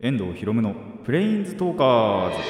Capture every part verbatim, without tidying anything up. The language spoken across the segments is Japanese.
遠藤ひろむのプレインズトーカーズ。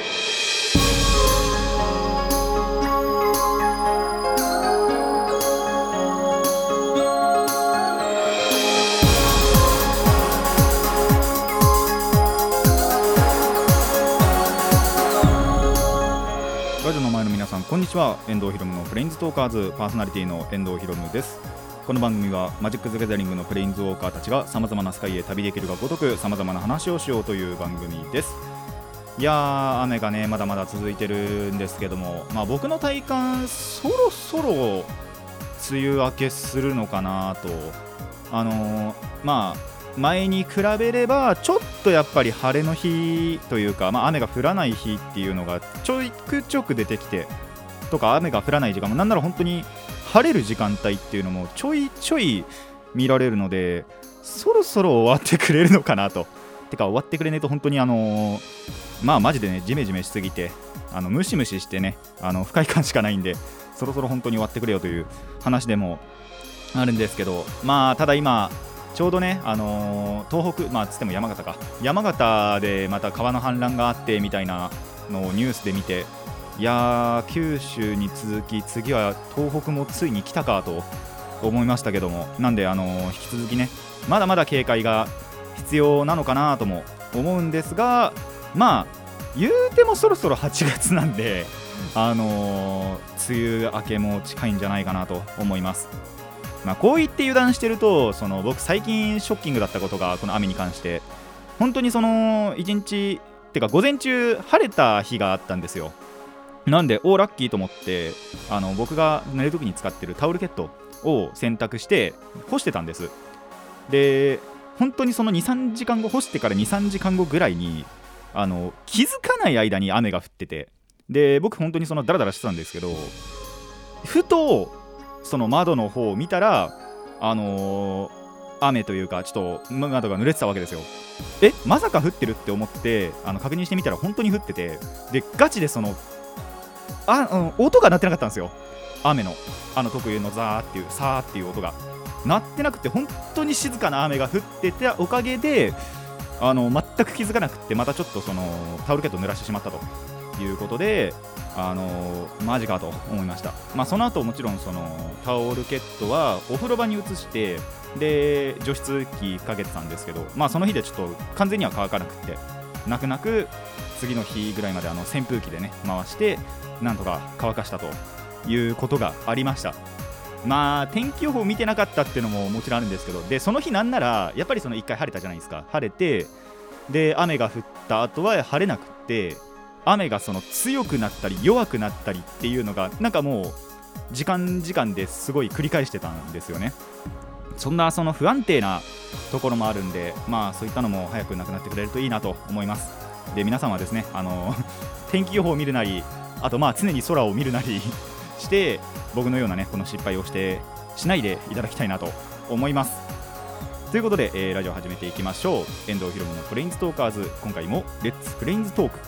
ラジオの前の皆さん、こんにちは。遠藤ひろむのプレインズトーカーズパーソナリティの遠藤ひろむです。この番組はマジック・ザ・ギャザリングのプレインズウォーカーたちがさまざまな世界へ旅できるがごとくさまざまな話をしようという番組です。いやー、雨がねまだまだ続いてるんですけども、まあ、僕の体感そろそろ梅雨明けするのかなと。あのー、まあ前に比べればちょっとやっぱり晴れの日というか、まあ、雨が降らない日っていうのがちょいくちょく出てきてとか、雨が降らない時間もなんなら本当に晴れる時間帯っていうのもちょいちょい見られるので、そろそろ終わってくれるのかなと。てか終わってくれねえと本当にあのー、まあマジでねジメジメしすぎてあのムシムシしてねあの不快感しかないんで、そろそろ本当に終わってくれよという話でもあるんですけど、まあただ今ちょうどね、あのー、東北、まあつっても山形か山形でまた川の氾濫があってみたいなのをニュースで見て、いやー九州に続き次は東北もついに来たかと思いましたけども、なんであのー、引き続きねまだまだ警戒が必要なのかなとも思うんですが、まあ言うてもそろそろはちがつなんで、あのー、梅雨明けも近いんじゃないかなと思います。まあ、こう言って油断してると、その僕最近ショッキングだったことがこの雨に関して本当にそのいちにちってか午前中晴れた日があったんですよ。なんでおラッキーと思って、あの僕が寝るときに使ってるタオルケットを洗濯して干してたんです。で本当にその にさんじかんご、干してから にさんじかんごぐらいにあの気づかない間に雨が降ってて、で僕本当にそのダラダラしてたんですけど、ふとその窓の方を見たらあのー、雨というかちょっと窓が濡れてたわけですよ。えまさか降ってるって思ってあの確認してみたら本当に降ってて、でガチでそのあ、うん、音が鳴ってなかったんですよ。雨のあの特有のザーっていうサーっていう音が鳴ってなくて、本当に静かな雨が降ってたおかげであの全く気づかなくて、またちょっとそのタオルケットを濡らしてしまったということで、あのマジかと思いました。まあその後もちろんそのタオルケットはお風呂場に移してで除湿機かけてたんですけど、まあその日でちょっと完全には乾かなくて、泣く泣く次の日ぐらいまであの扇風機でね回してなんとか乾かしたということがありました。まあ天気予報見てなかったっていうのももちろんあるんですけど、でその日なんならやっぱりそのいっかい晴れたじゃないですか。晴れてで雨が降った後は晴れなくって、雨がその強くなったり弱くなったりっていうのがなんかもう時間時間ですごい繰り返してたんですよね。そんなその不安定なところもあるんで、まあそういったのも早くなくなってくれるといいなと思います。で皆さんはですね、あの天気予報を見るなり、あとまあ常に空を見るなりして僕のようなねこの失敗をしてしないでいただきたいなと思います。ということで、えー、ラジオ始めていきましょう。遠藤ひろむのプレインズトーカーズ、今回もレッツプレインズトーク。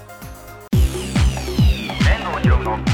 遠藤ひろむの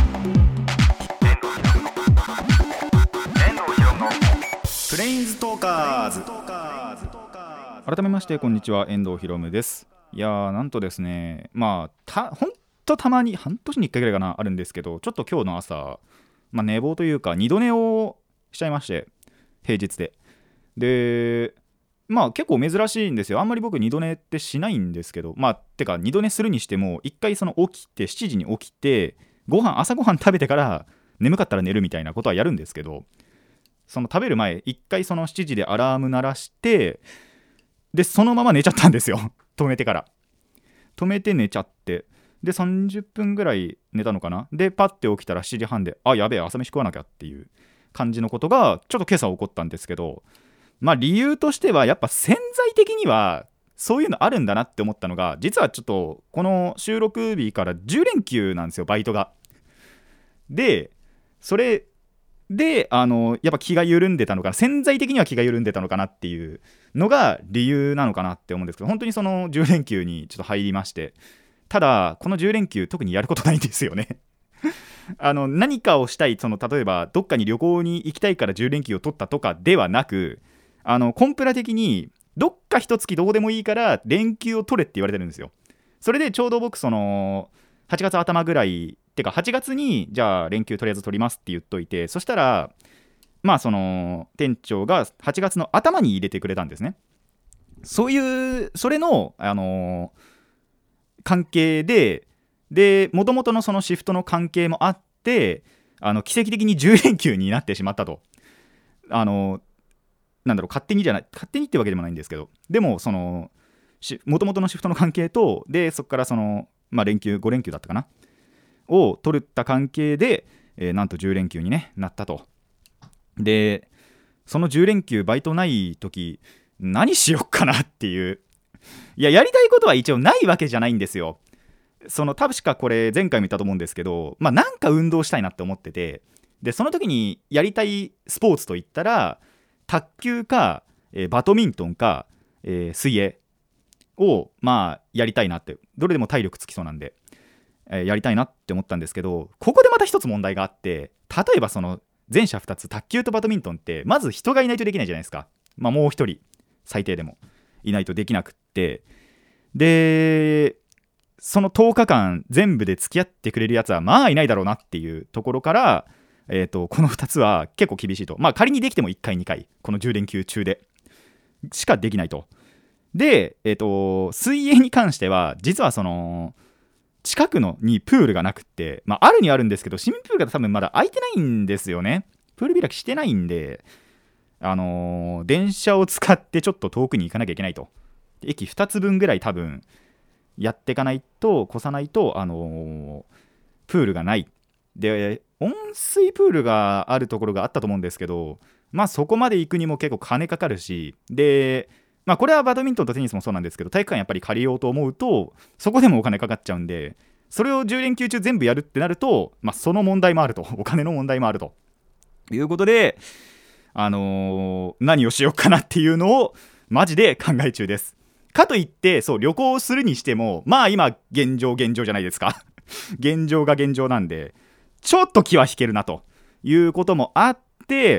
プレインズトーカーズ。改めましてこんにちは、遠藤ひろむです。いやーなんとですね、まあたほんとたまに半年にいっかいぐらいかなあるんですけど、ちょっと今日の朝、まあ、寝坊というか二度寝をしちゃいまして、平日ででまあ結構珍しいんですよ。あんまり僕二度寝ってしないんですけど、まあてか二度寝するにしても一回その起きてしちじに起きてご飯朝ご飯食べてから眠かったら寝るみたいなことはやるんですけど、その食べる前一回そのしちじでアラーム鳴らしてでそのまま寝ちゃったんですよ。止めてから止めて寝ちゃって、でさんじゅっぷんぐらい寝たのかな。でパッて起きたらしちじはんで、あやべえ朝飯食わなきゃっていう感じのことがちょっと今朝起こったんですけど、まあ理由としてはやっぱ潜在的にはそういうのあるんだなって思ったのが、実はちょっとこの収録日からじゅうれんきゅうなんですよ、バイトが。でそれであのやっぱ気が緩んでたのかな、潜在的には気が緩んでたのかなっていうのが理由なのかなって思うんですけど、本当にそのじゅうれんきゅうにちょっと入りまして、ただこのじゅうれんきゅう特にやることないんですよねあの何かをしたい、その例えばどっかに旅行に行きたいからじゅうれんきゅうを取ったとかではなく、あのコンプラ的にどっか一月どうでもいいから連休を取れって言われてるんですよ。それでちょうど僕そのはちがつ頭ぐらいってかはちがつにじゃあ連休とりあえず取りますって言っといて、そしたらまあその店長がはちがつの頭に入れてくれたんですね。そういうそれのあのー、関係でで元々のそのシフトの関係もあって、あの奇跡的にじゅう連休になってしまったと。あのー、なんだろう勝手にじゃない勝手にってわけでもないんですけど、でもその元々のシフトの関係とでそこからそのまあ連休ご連休だったかなを取った関係で、えー、なんとじゅう連休に、ね、なったと。でそのじゅう連休バイトない時何しよっかなっていう、いややりたいことは一応ないわけじゃないんですよ。その確かこれ前回も言ったと思うんですけど、まあなんか運動したいなって思ってて、でその時にやりたいスポーツといったら卓球か、えー、バドミントンか、えー、水泳をまあやりたいなって、どれでも体力つきそうなんで、えー、やりたいなって思ったんですけど、ここでまた一つ問題があって、例えばその前者ふたつ卓球とバドミントンってまず人がいないとできないじゃないですか。まあもう一人最低でもいないとできなくって、でそのとおかかん全部で付き合ってくれるやつはまあいないだろうなっていうところから、えーとこのふたつは結構厳しいと。まあ仮にできてもいっかいにかいこのじゅう連休中でしかできないと。で、えーと水泳に関しては実はその近くのにプールがなくって、まあ、あるにはあるんですけど市民プールが多分まだ空いてないんですよね。プール開きしてないんで、あのー、電車を使ってちょっと遠くに行かなきゃいけないと。駅ふたつぶんぐらい多分やっていかないと越さないと、あのー、プールがないで、温水プールがあるところがあったと思うんですけど、まあそこまで行くにも結構金かかるし、でまあこれはバドミントンとテニスもそうなんですけど、体育館やっぱり借りようと思うとそこでもお金かかっちゃうんで、それをじゅう連休中全部やるってなると、まあその問題もあると、お金の問題もあるということで、あのー、何をしようかなっていうのをマジで考え中です。かといってそう旅行するにしても、まあ今現状現状じゃないですか現状が現状なんで、ちょっと気は引けるなということもあって、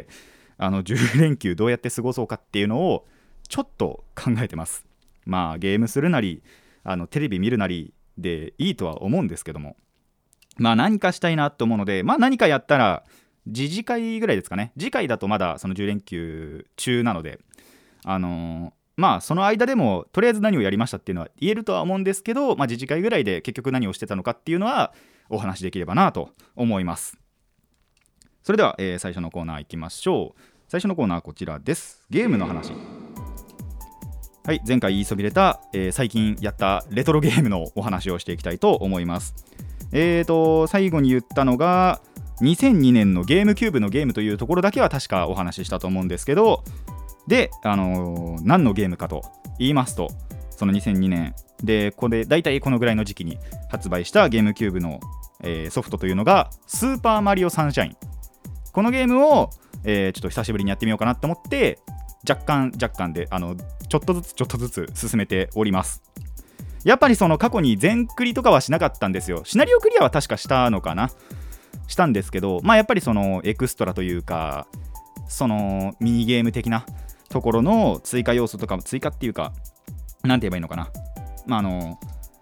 あのじゅう連休どうやって過ごそうかっていうのをちょっと考えてます。まあゲームするなりあのテレビ見るなりでいいとは思うんですけども、まあ何かしたいなと思うので、まあ何かやったら次次回ぐらいですかね。次回だとまだそのじゅう連休中なので、あのー、まあその間でもとりあえず何をやりましたっていうのは言えるとは思うんですけど、まあ次次回ぐらいで結局何をしてたのかっていうのはお話しできればなと思います。それでは、えー、最初のコーナーいきましょう。最初のコーナーはこちらです。ゲームの話。はい、前回言いそびれた、えー、最近やったレトロゲームのお話をしていきたいと思います。えーと最後に言ったのがにせんにねんのゲームキューブのゲームというところだけは確かお話ししたと思うんですけど、で、あのー、何のゲームかと言いますと、そのにせんにねんでこれ大体このぐらいの時期に発売したゲームキューブの、えー、ソフトというのがスーパーマリオサンシャイン。このゲームを、えー、ちょっと久しぶりにやってみようかなと思って若干若干であのちょっとずつちょっとずつ進めております。やっぱりその過去に全クリとかはしなかったんですよ。シナリオクリアは確かしたのかなしたんですけど、まあやっぱりそのエクストラというかそのミニゲーム的なところの追加要素とか追加っていうかなんて言えばいいのかな、まああの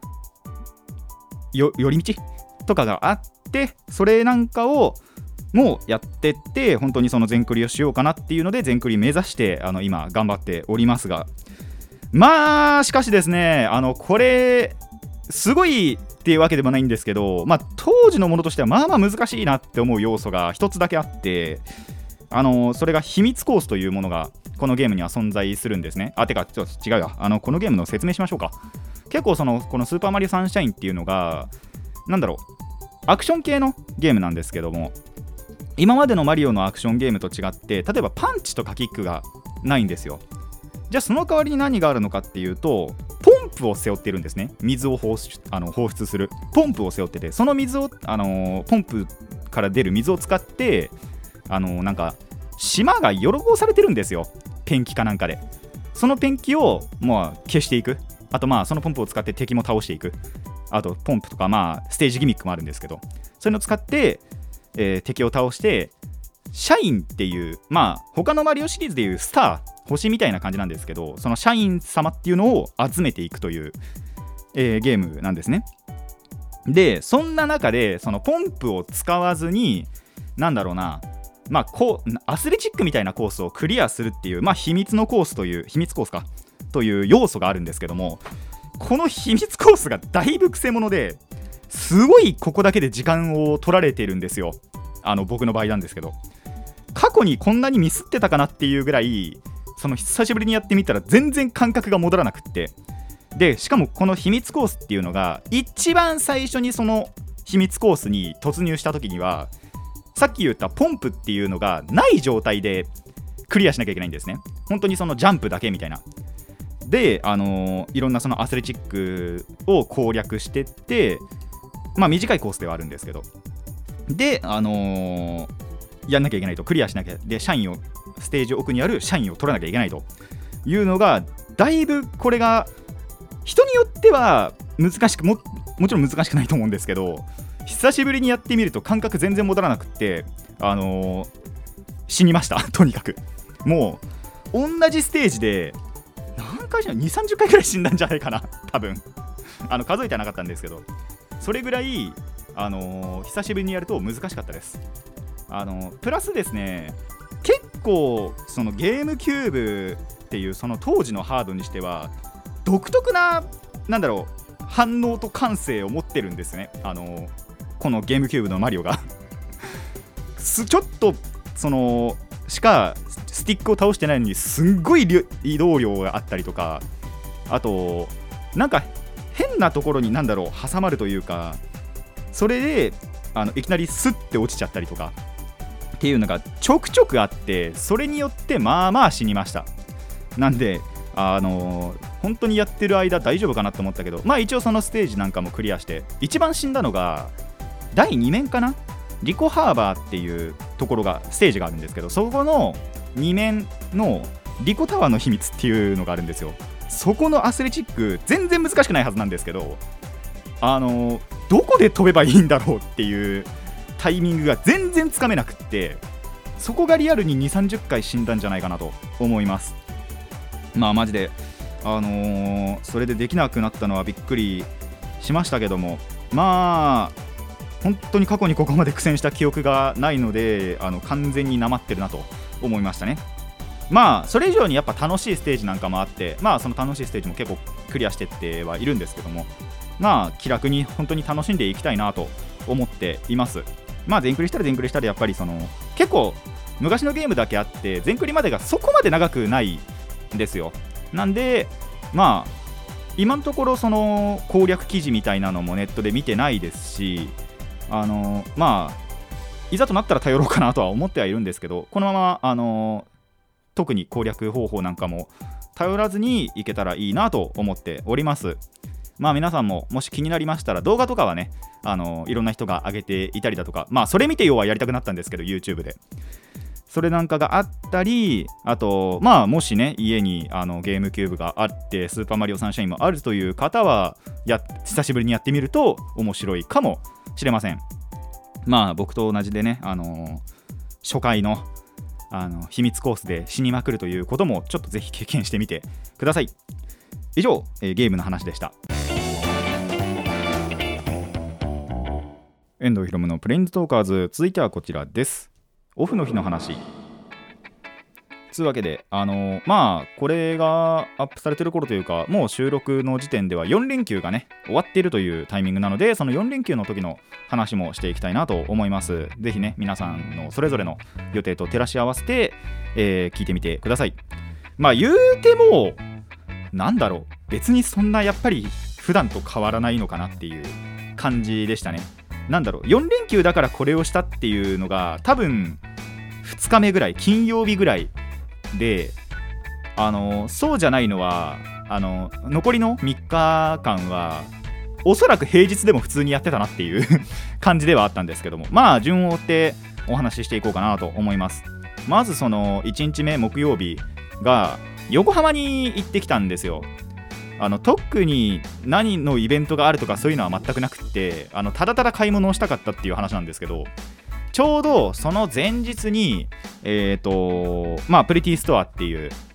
よ寄り道とかがあって、それなんかをもうやってって本当にその全クリをしようかなっていうので全クリ目指してあの今頑張っておりますが、まあしかしですね、あのこれすごいっていうわけでもないんですけど、まあ当時のものとしてはまあまあ難しいなって思う要素が一つだけあって、あのそれが秘密コースというものがこのゲームには存在するんですね。あてかちょっと違うわ、あのこのゲームの説明しましょうか。結構そのこのスーパーマリオサンシャインっていうのがなんだろうアクション系のゲームなんですけども、今までのマリオのアクションゲームと違って例えばパンチとかキックがないんですよ。じゃあその代わりに何があるのかっていうとポンプを背負っているんですね。水を放出、あの放出するポンプを背負ってて、その水を、あのー、ポンプから出る水を使って、あのー、なんか島が泥棒されてるんですよ、ペンキかなんかで。そのペンキを、まあ、消していく。あとまあそのポンプを使って敵も倒していく。あとポンプとかまあステージギミックもあるんですけど、そういうのを使って、えー、敵を倒してシャインっていう、まあ他のマリオシリーズでいうスター星みたいな感じなんですけど、その社員様っていうのを集めていくという、えー、ゲームなんですね。でそんな中でそのポンプを使わずになんだろうなまあこうアスレチックみたいなコースをクリアするっていう、まあ、秘密のコースという秘密コースかという要素があるんですけども、この秘密コースがだいぶくせ者ですごいここだけで時間を取られてるんですよ。あの僕の場合なんですけど、過去にこんなにミスってたかなっていうぐらいその久しぶりにやってみたら全然感覚が戻らなくって、でしかもこの秘密コースっていうのが一番最初にその秘密コースに突入した時にはさっき言ったポンプっていうのがない状態でクリアしなきゃいけないんですね。本当にそのジャンプだけみたいなで、あのー、いろんなそのアスレチックを攻略してって、まあ短いコースではあるんですけど、であのー、やんなきゃいけないと、クリアしなきゃ、で社員をステージ奥にある社員を取らなきゃいけないというのがだいぶこれが人によっては難しく も, もちろん難しくないと思うんですけど、久しぶりにやってみると感覚全然戻らなくって、あのー、死にましたとにかく。もう同じステージで何回しない にじゅうさんじゅっかいくらい死んだんじゃないかな多分あの数えてはなかったんですけど、それぐらい、あのー、久しぶりにやると難しかったです。あのー、プラスですね、結構そのゲームキューブっていうその当時のハードにしては独特ななんだろう反応と感性を持ってるんですね。あのこのゲームキューブのマリオがちょっとそのしかスティックを倒してないのにすんごい移動量があったりとか、あとなんか変なところになんだろう挟まるというか、それであのいきなりスッて落ちちゃったりとかっていうのがちょくちょくあって、それによってまあまあ死にました。なんであのー、本当にやってる間大丈夫かなと思ったけど、まあ一応そのステージなんかもクリアして、一番死んだのがだいに面かな、リコハーバーっていうところがステージがあるんですけど、そこのに面のリコタワーの秘密っていうのがあるんですよ。そこのアスレチック全然難しくないはずなんですけど、あのー、どこで飛べばいいんだろうっていうタイミングが全然つかめなくって、そこがリアルににじゅうさんじゅっかい死んだんじゃないかなと思います。まあマジであのー、それでできなくなったのはびっくりしましたけども、まあ本当に過去にここまで苦戦した記憶がないので、あの完全になまってるなと思いましたね。まあそれ以上にやっぱ楽しいステージなんかもあって、まあその楽しいステージも結構クリアしてってはいるんですけども、まあ気楽に本当に楽しんでいきたいなと思っています。まあ全クリしたら全クリしたらやっぱりその結構昔のゲームだけあって全クリまでがそこまで長くないですよ。なんでまあ今のところその攻略記事みたいなのもネットで見てないですし、あのまあいざとなったら頼ろうかなとは思ってはいるんですけど、このままあの特に攻略方法なんかも頼らずにいけたらいいなと思っております。まあ皆さんももし気になりましたら動画とかはね、あのいろんな人が上げていたりだとか、まあそれ見てよはやりたくなったんですけど YouTube でそれなんかがあったり、あとまあもしね家にあのゲームキューブがあってスーパーマリオサンシャインもあるという方はや久しぶりにやってみると面白いかもしれません。まあ僕と同じでね、あのー、初回のあの秘密コースで死にまくるということもちょっとぜひ経験してみてください。以上、えー、ゲームの話でした。遠藤ひろむのプレインズトーカーズ、続いてはこちらです。オフの日の話つうわけで、あのー、まあこれがアップされてる頃というかもう収録の時点ではよん連休がね終わっているというタイミングなので、そのよん連休の時の話もしていきたいなと思います。ぜひね皆さんのそれぞれの予定と照らし合わせて、えー、聞いてみてください。まあ言うてもなんだろう、別にそんなやっぱり普段と変わらないのかなっていう感じでしたね。なんだろう、よん連休だからこれをしたっていうのが多分ふつかめぐらい、金曜日ぐらいで、あのそうじゃないのはあの残りのみっかかんはおそらく平日でも普通にやってたなっていう感じではあったんですけども、まあ順を追ってお話ししていこうかなと思います。まずそのいちにちめ木曜日が横浜に行ってきたんですよ。あの特に何のイベントがあるとかそういうのは全くなくって、あのただただ買い物をしたかったっていう話なんですけど、ちょうどその前日にえーとまあプリティストアっていう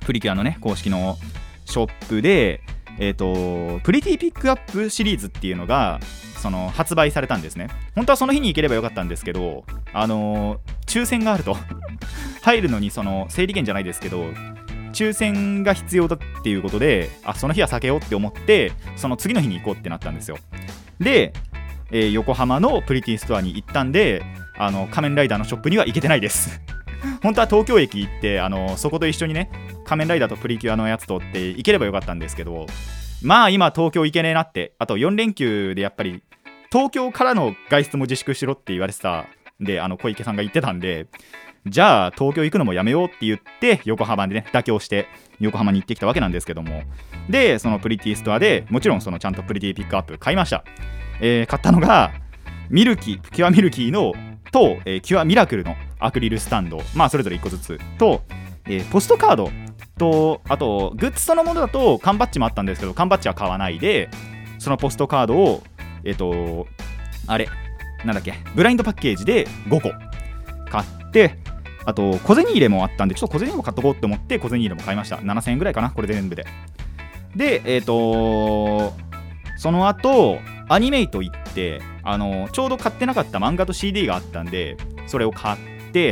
プリキュアのね公式のショップで、えーと、プリティピックアップシリーズっていうのがその発売されたんですね。本当はその日に行ければよかったんですけど、あのー、抽選があると入るのにその整理券じゃないですけど抽選が必要だっていうことで、あその日は避けようって思ってその次の日に行こうってなったんですよ。で、えー、横浜のプリティストアに行ったんで、あの仮面ライダーのショップには行けてないです本当は東京駅行ってあのそこと一緒にね仮面ライダーとプリキュアのやつとって行ければよかったんですけど、まあ今東京行けねえなって、あとよん連休でやっぱり東京からの外出も自粛しろって言われてたんで、あの小池さんが言ってたんで、じゃあ東京行くのもやめようって言って横浜でね妥協して横浜に行ってきたわけなんですけども、でそのプリティストアでもちろんそのちゃんとプリティピックアップ買いました。えー、買ったのがミルキーキュアミルキーのと、えー、キュアミラクルのアクリルスタンド、まあそれぞれいっこずつと、えー、ポストカードと、あとグッズそのものだと缶バッジもあったんですけど缶バッジは買わないで、そのポストカードをえっ、ー、とあれなんだっけブラインドパッケージでごこ買って、あと小銭入れもあったんでちょっと小銭入れも買っとこうって思って小銭入れも買いました。ななせんえんぐらいかなこれ全部で。でえっ、ー、とその後アニメイト行って、あのちょうど買ってなかった漫画と シーディー があったんでそれを買って、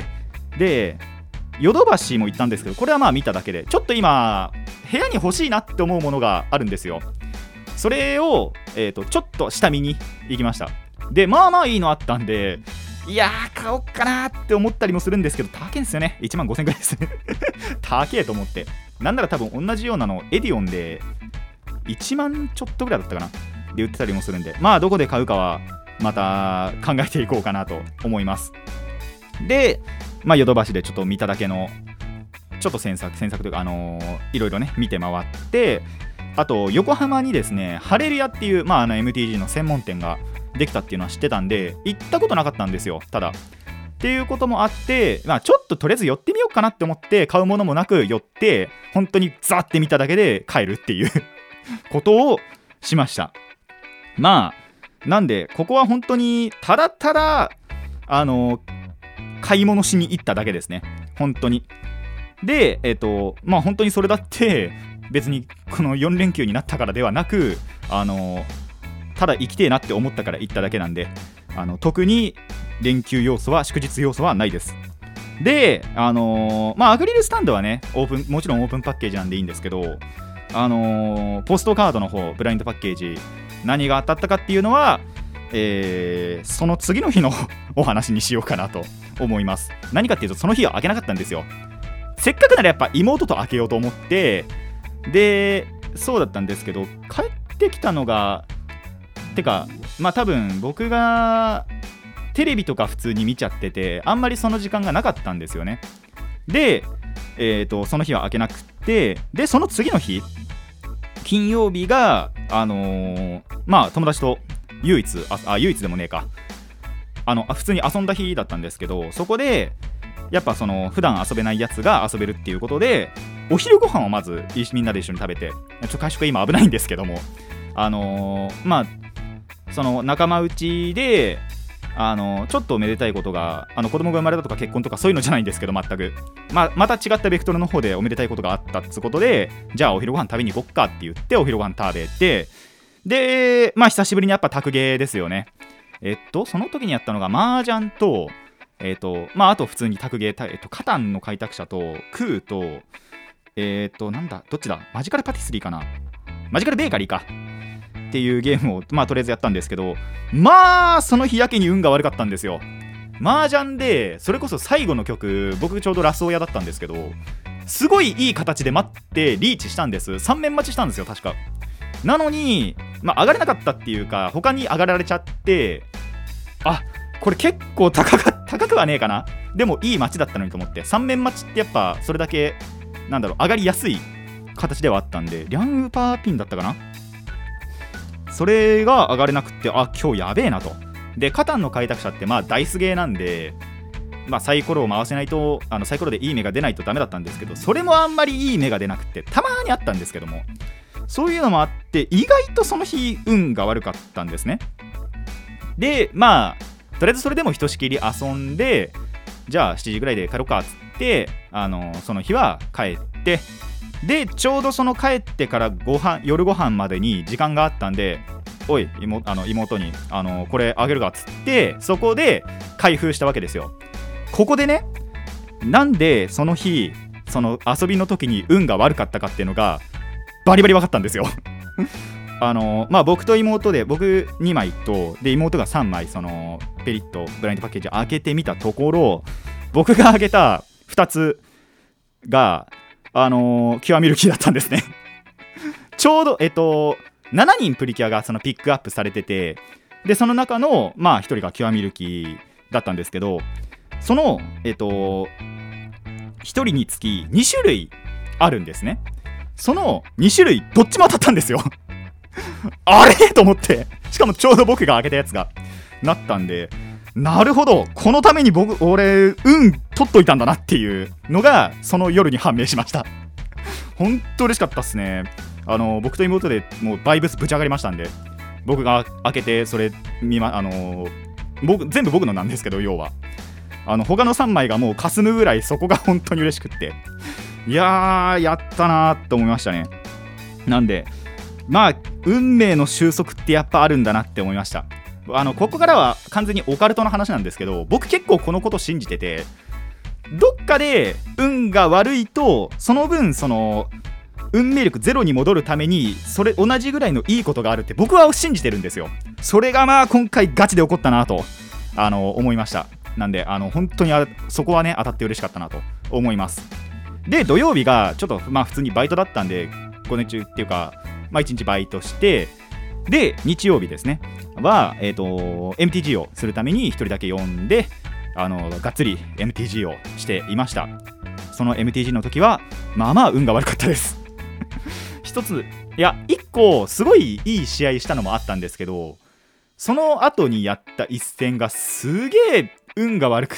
でヨドバシも行ったんですけどこれはまあ見ただけで、ちょっと今部屋に欲しいなって思うものがあるんですよ。それを、えー、とちょっと下見に行きました。でまあまあいいのあったんで、いやー買おっかなって思ったりもするんですけど高いんですよね。いちまんごせんぐらいですね高えと思って、なんなら多分同じようなのエディオンでいちまんちょっとぐらいだったかなで売ってたりもするんで、まあどこで買うかはまた考えていこうかなと思います。でまあヨドバシでちょっと見ただけのちょっと詮索詮索というかあのー、いろいろね見て回って、あと横浜にですねハレルヤっていう、まあ、あの エムティージー の専門店ができたっていうのは知ってたんで行ったことなかったんですよ。ただっていうこともあって、まあ、ちょっととりあえず寄ってみようかなって思って買うものもなく寄って本当にザーって見ただけで帰るっていうことをしました。まあなんでここは本当にただただあの買い物しに行っただけですね本当に。でえっ、ー、とまあ本当にそれだって別にこのよん連休になったからではなく、あのただ行きてえなって思ったから行っただけなんで、あの特に連休要素は祝日要素はないです。であのー、まあアクリルスタンドはねオープンもちろんオープンパッケージなんでいいんですけど、あのー、ポストカードの方ブラインドパッケージ何が当たったかっていうのは、えー、その次の日のお話にしようかなと思います。何かっていうとその日は開けなかったんですよ。せっかくならやっぱ妹と開けようと思って、でそうだったんですけど帰ってきたのがてかまあ多分僕がテレビとか普通に見ちゃっててあんまりその時間がなかったんですよね。で、えーと、その日は開けなくって、でその次の日金曜日があのー、まあ友達と唯一ああ唯一でもねえかあの普通に遊んだ日だったんですけど、そこでやっぱその普段遊べないやつが遊べるっていうことでお昼ご飯をまずみんなで一緒に食べて、ちょっと会食今危ないんですけども、あのー、まあその仲間内であのちょっとめでたいことがあの子供が生まれたとか結婚とかそういうのじゃないんですけど全く、まあ、また違ったベクトルの方でおめでたいことがあったっつうことで、じゃあお昼ご飯食べに行こっかって言ってお昼ご飯食べて、でまあ久しぶりにやっぱ卓芸ですよね。えっとその時にやったのが麻雀とえっとまああと普通に卓芸、えっと、カタンの開拓者とクーとえっとなんだどっちだマジカルパティスリーかなマジカルベーカリーかっていうゲームをまあとりあえずやったんですけど、まあその日やけに運が悪かったんですよ。麻雀でそれこそ最後の曲僕ちょうどラス親だったんですけど、すごいいい形で待ってリーチしたんです。さん面待ちしたんですよ確か。なのに、まあ、上がれなかったっていうか他に上がられちゃって、あこれ結構高か高くはねえかな、でもいい街だったのにと思って、さん面待ちってやっぱそれだけなんだろう上がりやすい形ではあったんで、リャンウーパーピンだったかな、それが上がれなくって、あ今日やべえなと。でカタンの開拓者ってまあダイスゲーなんで、まあ、サイコロを回せないとあのサイコロでいい目が出ないとダメだったんですけど、それもあんまりいい目が出なくてたまにあったんですけども、そういうのもあって意外とその日運が悪かったんですね。でまあとりあえずそれでもひとしきり遊んで、じゃあしちじぐらいで帰ろうかっつってあのその日は帰って、 でちょうどその帰ってからご飯夜ご飯までに時間があったんで、おい 妹, あの妹にあのこれあげるかっつって、そこで開封したわけですよ。ここでね、なんでその日その遊びの時に運が悪かったかっていうのがバリバリ分かったんですよあのまあ僕と妹で、僕にまいとで妹がさんまい、そのペリッとブラインドパッケージを開けてみたところ、僕が開けたふたつがあのー、キュアミルキーだったんですねちょうどえっとしちにんプリキュアがそのピックアップされてて、でその中のまあひとりがキュアミルキーだったんですけど、そのえっとひとりにつきにしゅるいあるんですね。そのにしゅるいどっちも当たったんですよあれと思って、しかもちょうど僕が開けたやつがなったんで、なるほど、このために僕俺運取っといたんだなっていうのがその夜に判明しました本当嬉しかったっすね。あの僕と妹でもうバイブスぶち上がりましたんで、僕が開けてそれ見まあの僕全部僕のなんですけど、要はあの他のさんまいがもう霞むぐらい、そこが本当に嬉しくって、いやーやったなーと思いましたね。なんでまあ運命の収束ってやっぱあるんだなって思いました。あのここからは完全にオカルトの話なんですけど、僕結構このこと信じてて、どっかで運が悪いとその分その運命力ゼロに戻るためにそれ同じぐらいのいいことがあるって僕は信じてるんですよ。それがまあ今回ガチで起こったなとあの思いました。なんであの本当にあそこはね当たって嬉しかったなと思います。で土曜日がちょっとまあ普通にバイトだったんで午前中っていうかまあいちにちバイトして、で日曜日ですねは、えーと、エムティージー をするためにひとりだけ呼んで、あのがっつり エムティージー をしていました。その エムティージー の時はまあまあ運が悪かったです一ついやいっこすごいいい試合したのもあったんですけど、その後にやった一戦がすげえ運が悪くって、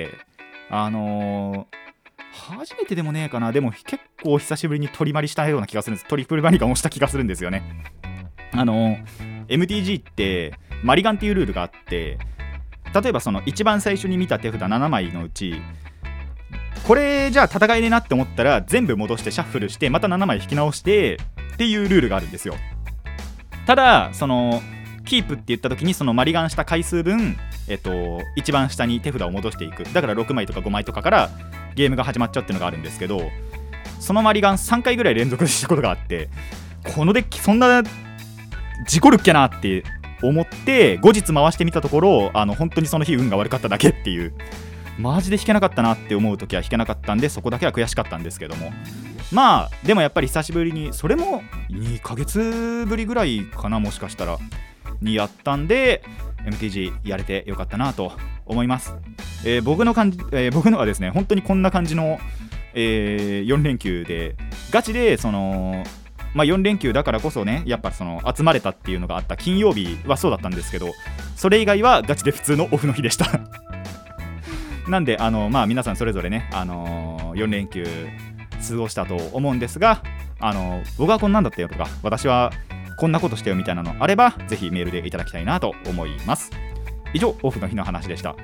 あのー、初めてでもねえかな、でも結構久しぶりに取り回りしたような気がするんです。トリプルマリガンをした気がするんですよね。あのー、エムティージー ってマリガンっていうルールがあって、例えばその一番最初に見た手札ななまいのうち、これじゃあ戦いねえなって思ったら全部戻してシャッフルしてまたななまい引き直してっていうルールがあるんですよ。ただそのキープって言った時にそのマリガンした回数分、えっと、一番下に手札を戻していく。だからろくまいとかごまいとかからゲームが始まっちゃうっていうのがあるんですけど、そのマリガンさんかいぐらい連続したことがあって、このデッキそんな事故るっけなって思って後日回してみたところ、あの本当にその日運が悪かっただけっていう、マジで引けなかったなって思う時は引けなかったんで、そこだけは悔しかったんですけども、まあでもやっぱり久しぶりに、それもにかげつぶりぐらいかな、もしかしたらにやったんで エムティージー やれてよかったなと思います。えー、僕の感じ、えー、僕のはですね本当にこんな感じの、えー、よんれんきゅうでガチでそのまあ、よんれんきゅうだからこそね、やっぱその集まれたっていうのがあった金曜日はそうだったんですけど、それ以外はガチで普通のオフの日でしたなんであの、まあ、皆さんそれぞれね、あのー、よんれんきゅう過ごしたと思うんですが、あのー、僕はこんなんだったよとか、私はこんなことしたよみたいなのあればぜひメールでいただきたいなと思います。以上、オフの日の話でした。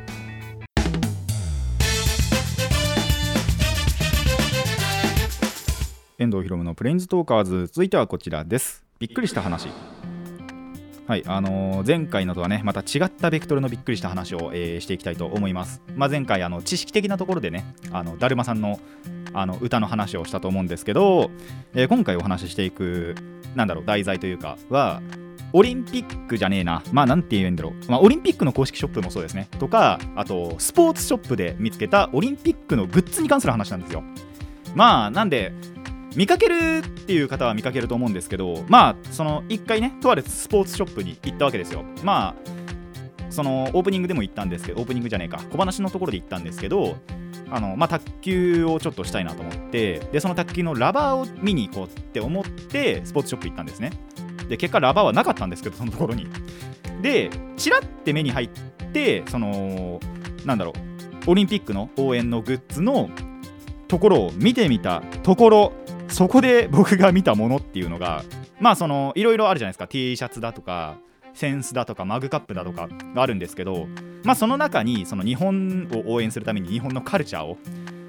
遠藤ひろむのプレインズトーカーズ、続いてはこちらです。びっくりした話。はい、あのー、前回のとはねまた違ったベクトルのびっくりした話を、えー、していきたいと思います。まあ、前回あの知識的なところでね、あのだるまさんの、あの歌の話をしたと思うんですけど、えー、今回お話ししていくなんだろう題材というかはオリンピックじゃねえな、まあなんて言うんだろう、まあ、オリンピックの公式ショップもそうですねとか、あとスポーツショップで見つけたオリンピックのグッズに関する話なんですよ。まあなんで見かけるっていう方は見かけると思うんですけど、まあその一回ねとあるスポーツショップに行ったわけですよ。まあそのオープニングでも行ったんですけど、オープニングじゃねえか小話のところで行ったんですけど、あのまあ卓球をちょっとしたいなと思って、でその卓球のラバーを見に行こうって思ってスポーツショップ行ったんですね。で結果ラバーはなかったんですけど、そのところにでチラって目に入って、そのなんだろうオリンピックの応援のグッズのところを見てみたところ、そこで僕が見たものっていうのが、まあそのいろいろあるじゃないですか。 T シャツだとかセンスだとかマグカップだとかがあるんですけど、まあその中にその日本を応援するために日本のカルチャーを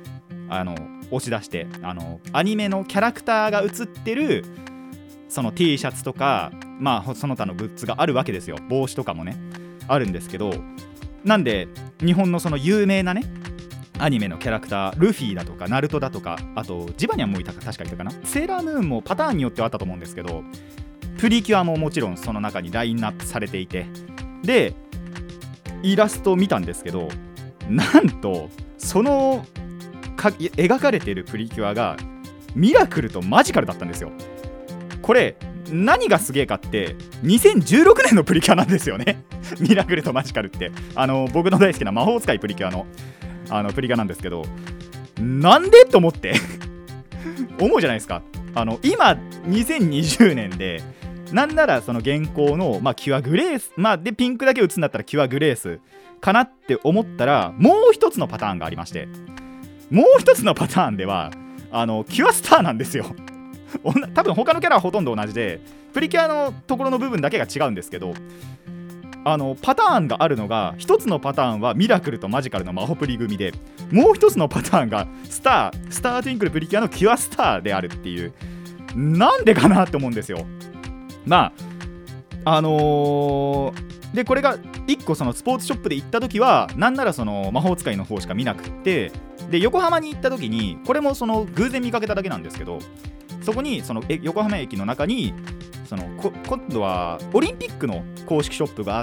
あの押し出して、あのアニメのキャラクターが写ってるその T シャツとか、まあその他のグッズがあるわけですよ。帽子とかもねあるんですけど、なんで日本のその有名なねアニメのキャラクター、ルフィだとかナルトだとか、あとジバニャンもいたか確かいたかな、セーラームーンもパターンによってはあったと思うんですけど、プリキュアももちろんその中にラインナップされていて、でイラストを見たんですけど、なんとそのか描かれているプリキュアがミラクルとマジカルだったんですよ。これ何がすげえかってにせんじゅうろくねんのプリキュアなんですよねミラクルとマジカルって、あの僕の大好きな魔法使いプリキュアのあのプリキュアなんですけど、なんでと思って思うじゃないですか。あの今にせんにじゅうねんで、なんならその現行の、まあ、キュアグレース、まあ、でピンクだけ打つんだったらキュアグレースかなって思ったら、もう一つのパターンがありまして、もう一つのパターンではあのキュアスターなんですよ多分他のキャラはほとんど同じで、プリキュアのところの部分だけが違うんですけど、あのパターンがあるのが、一つのパターンはミラクルとマジカルのマホプリ組で、もう一つのパターンがスタースタートゥインクルプリキュアのキュアスターであるっていう、なんでかなって思うんですよ。まああのー、でこれがいっこそのスポーツショップで行った時は、なんならその魔法使いの方しか見なくって、で横浜に行った時に、これもその偶然見かけただけなんですけど、そこにそのえ横浜駅の中にそのこ今度はオリンピックの公式ショップがあって、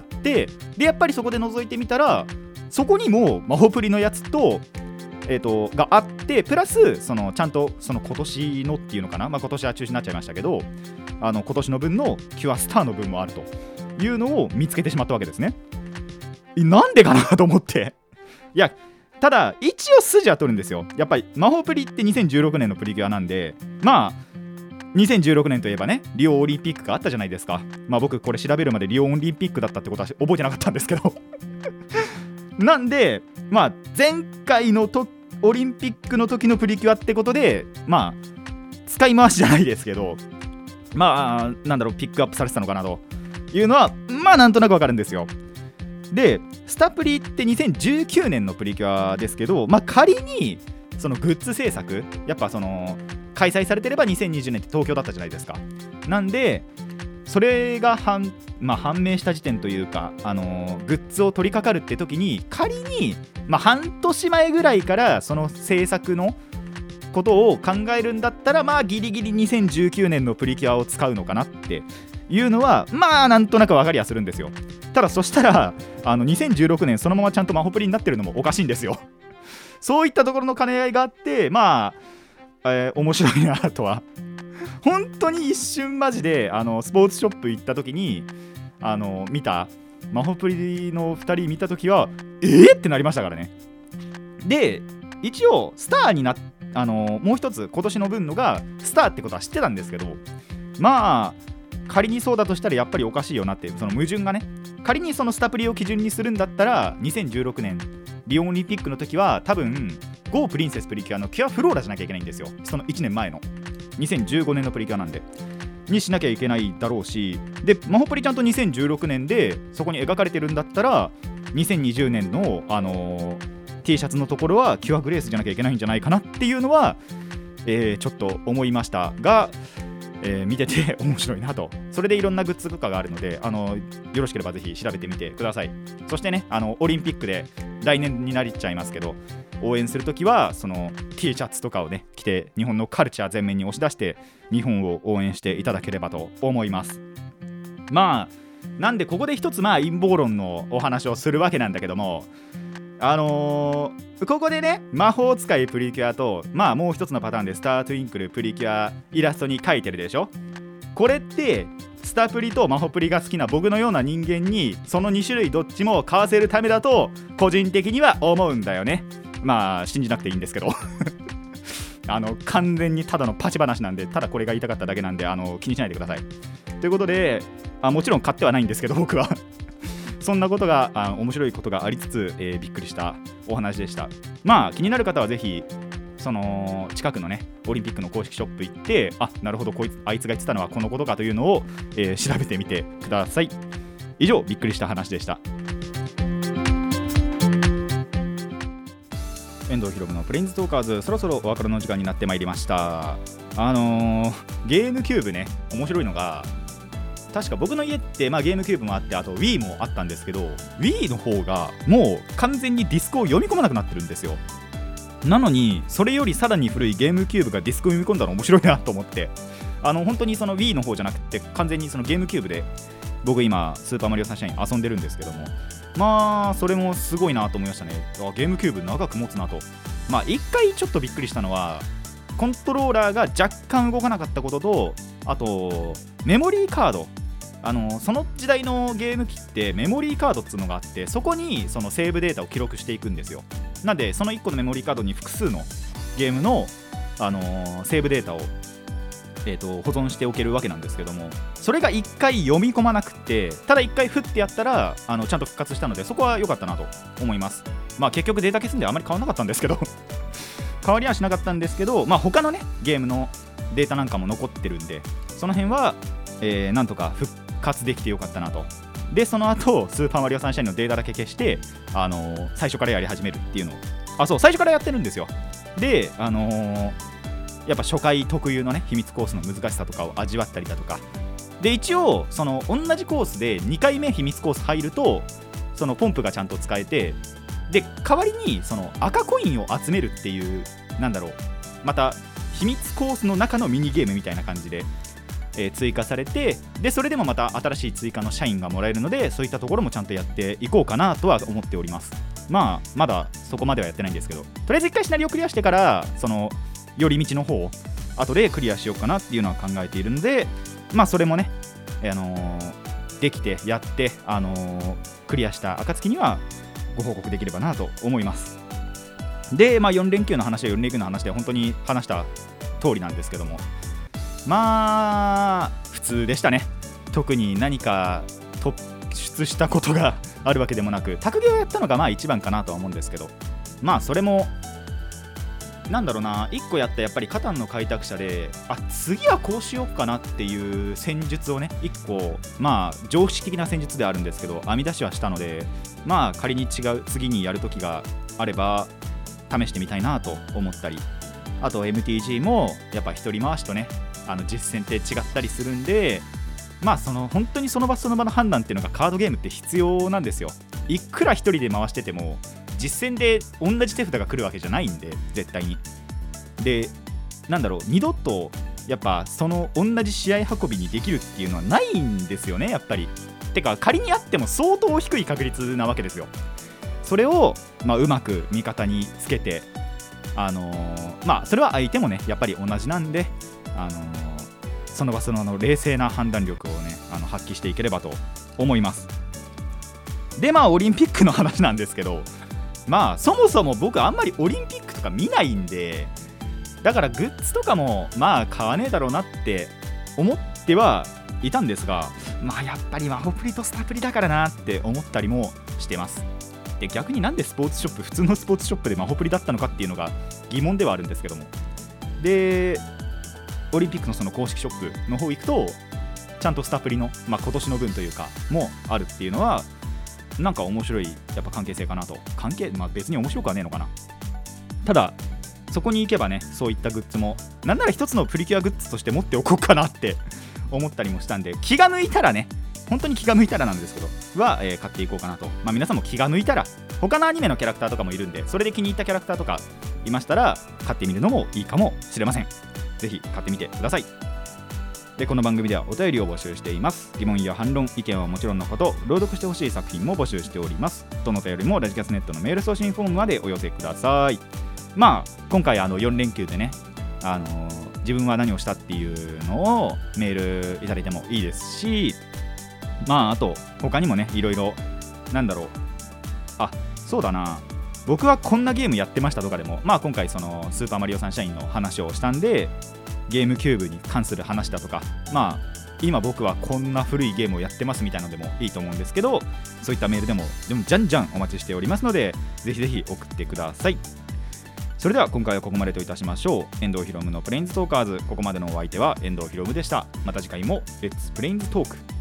でやっぱりそこで覗いてみたら、そこにも魔法プリのやつとえーとがあって、プラスそのちゃんとその今年のっていうのかな、まあ、今年は中止になっちゃいましたけど、あの今年の分のキュアスターの分もあるというのを見つけてしまったわけですね。なんでかなと思って、いやただ一応筋は取るんですよ。やっぱり魔法プリってにせんじゅうろくねんのプリキュアなんで、まあにせんじゅうろくねんといえばね、リオオリンピックがあったじゃないですか。まあ僕これ調べるまでリオオリンピックだったってことは覚えてなかったんですけどなんでまあ前回のとオリンピックの時のプリキュアってことで、まあ使い回しじゃないですけど、まあなんだろう、ピックアップされてたのかなというのはまあなんとなくわかるんですよ。でスタプリってにせんじゅうきゅうねんのプリキュアですけど、まあ仮にそのグッズ制作やっぱその開催されてればにせんにじゅうねんって東京だったじゃないですか。なんでそれが判、まあ、判明した時点というか、あのー、グッズを取り掛かるって時に、仮に、まあ、半年前ぐらいからその制作のことを考えるんだったら、まあギリギリにせんじゅうきゅうねんのプリキュアを使うのかなっていうのはまあなんとなく分かりはするんですよ。ただそしたらあのにせんじゅうろくねんそのままちゃんとマホプリになってるのもおかしいんですよそういったところの兼ね合いがあって、まあ、えー、面白いなとは本当に一瞬マジであのスポーツショップ行った時にあの見たマホプリのふたり見た時はえーってなりましたからね。で一応スターになっあのもう一つ今年の分のがスターってことは知ってたんですけど、まあ仮にそうだとしたらやっぱりおかしいよなっていうその矛盾がね、仮にそのスタプリを基準にするんだったらにせんじゅうろくねんリオオリンピックの時は多分 ゴー プリンセスプリキュアのキュアフローラじゃなきゃいけないんですよ。そのいちねんまえのにせんじゅうごねんのプリキュアなんでにしなきゃいけないだろうし、でマホプリちゃんとにせんじゅうろくねんでそこに描かれてるんだったらにせんにじゅうねんの、あのー、T シャツのところはキュアグレースじゃなきゃいけないんじゃないかなっていうのは、えー、ちょっと思いましたが、えー、見てて面白いなと。それでいろんなグッズとかがあるので、あのよろしければぜひ調べてみてください。そしてね、あのオリンピックで来年になりっちゃいますけど、応援するときはその T シャツとかをね着て日本のカルチャー全面に押し出して日本を応援していただければと思います。まあなんでここで一つまあ陰謀論のお話をするわけなんだけども、あのー、ここでね魔法使いプリキュアとまあもう一つのパターンでスタートゥインクルプリキュアイラストに書いてるでしょ。これってスタプリとマホプリが好きな僕のような人間にそのに種類どっちも買わせるためだと個人的には思うんだよね。まあ信じなくていいんですけどあの完全にただのパチ話なんで、ただこれが言いたかっただけなんで、あの気にしないでくださいということで、あもちろん買ってはないんですけど僕はそんなことがあ面白いことがありつつ、えー、びっくりしたお話でした。まあ気になる方はぜひその近くのねオリンピックの公式ショップ行って、あなるほどこいつあいつが言ってたのはこのことかというのを、えー、調べてみてください。以上びっくりした話でした。 遠藤ひろむのプレインズトーカーズ、そろそろお別れの時間になってまいりました。あのー、ゲームキューブね、面白いのが確か僕の家って、まあ、ゲームキューブもあって、あと Wii もあったんですけど、 Wii の方がもう完全にディスクを読み込まなくなってるんですよ。なのにそれよりさらに古いゲームキューブがディスクを読み込んだの面白いなと思って、あの本当にその Wii の方じゃなくて完全にそのゲームキューブで僕今スーパーマリオサンシャイン遊んでるんですけども、まあそれもすごいなと思いましたね。あ、ゲームキューブ長く持つなと。まあ一回ちょっとびっくりしたのはコントローラーが若干動かなかったことと、あとメモリーカード、あのその時代のゲーム機ってメモリーカードっていうのがあって、そこにそのセーブデータを記録していくんですよ。なんでそのいっこのメモリーカードに複数のゲームの、あのー、セーブデータを、えーと、保存しておけるわけなんですけども、それがいっかい読み込まなくて、ただいっかいフッてやったらあのちゃんと復活したので、そこは良かったなと思います。まあ結局データ消すんであまり変わらなかったんですけど変わりはしなかったんですけど、まあ他のねゲームのデータなんかも残ってるんで、その辺は、えー、なんとか復活できてよかったなと。でその後スーパーマリオサンシャインのデータだけ消して、あのー、最初からやり始めるっていうのを、あ、そう最初からやってるんですよ。であのー、やっぱ初回特有のね秘密コースの難しさとかを味わったりだとかで、一応その同じコースでにかいめ秘密コース入るとそのポンプがちゃんと使えて、で代わりにその赤コインを集めるっていう、なんだろう、また秘密コースの中のミニゲームみたいな感じで、えー、追加されて、でそれでもまた新しい追加の社員がもらえるので、そういったところもちゃんとやっていこうかなとは思っております。まあまだそこまではやってないんですけど、とりあえず一回シナリオクリアしてからその寄り道の方を後でクリアしようかなっていうのは考えているので、まあそれもね、あのー、できてやって、あのー、クリアした暁にはご報告できればなと思います。で、まあ、よん連休の話はよん連休の話で本当に話した通りなんですけども、まあ普通でしたね。特に何か突出したことがあるわけでもなく、卓芸をやったのがまあ一番かなとは思うんですけど、まあそれもなんだろうな、いっこやったやっぱりカタンの開拓者で、あ、次はこうしようかなっていう戦術をねいっこ、まあ常識的な戦術であるんですけど編み出しはしたので、まあ仮に違う次にやる時があれば試してみたいなと思ったり、あと エムティージー もやっぱ一人回しとねあの実戦って違ったりするんで、まあその本当にその場その場の判断っていうのがカードゲームって必要なんですよ。いくら一人で回してても実戦で同じ手札が来るわけじゃないんで、絶対に。でなんだろう、二度とやっぱその同じ試合運びにできるっていうのはないんですよね、やっぱり。てか仮にあっても相当低い確率なわけですよ。それを、まあ、うまく味方につけて、あのー、まあそれは相手もねやっぱり同じなんで、あのー、その場その場の冷静な判断力をねあの発揮していければと思います。でまあオリンピックの話なんですけど、まあそもそも僕あんまりオリンピックとか見ないんで、だからグッズとかもまあ買わねえだろうなって思ってはいたんですが、まあやっぱりマホプリとスタプリだからなって思ったりもしてます。で逆になんでスポーツショップ普通のスポーツショップでマホプリだったのかっていうのが疑問ではあるんですけども、でオリンピックのその公式ショップの方行くとちゃんとスタプリの、まあ、今年の分というかもあるっていうのはなんか面白いやっぱ関係性かなと。関係、まあ別に面白くはねえのかな。ただそこに行けばねそういったグッズもなんなら一つのプリキュアグッズとして持っておこうかなって思ったりもしたんで、気が向いたらね、本当に気が向いたらなんですけどは、えー、買っていこうかなと。まあ皆さんも気が向いたら他のアニメのキャラクターとかもいるんで、それで気に入ったキャラクターとかいましたら買ってみるのもいいかもしれません。ぜひ買ってみてください。でこの番組ではお便りを募集しています。疑問や反論、意見はもちろんのこと、朗読してほしい作品も募集しております。どのお便りもラジキャスネットのメール送信フォームまでお寄せください。まあ今回あのよん連休でね、あのー、自分は何をしたっていうのをメールいただいてもいいですし、まああと他にもねいろいろ、なんだろう、あ、そうだな、僕はこんなゲームやってましたとかでも、まあ今回そのスーパーマリオサンシャインの話をしたんで、ゲームキューブに関する話だとか、まあ今僕はこんな古いゲームをやってますみたいなのでもいいと思うんですけど、そういったメールでもでもじゃんじゃんお待ちしておりますので、ぜひぜひ送ってください。それでは今回はここまでといたしましょう。遠藤ひろむのプレインズトーカーズ、ここまでのお相手は遠藤ひろむでした。また次回もレッツプレインズトーク。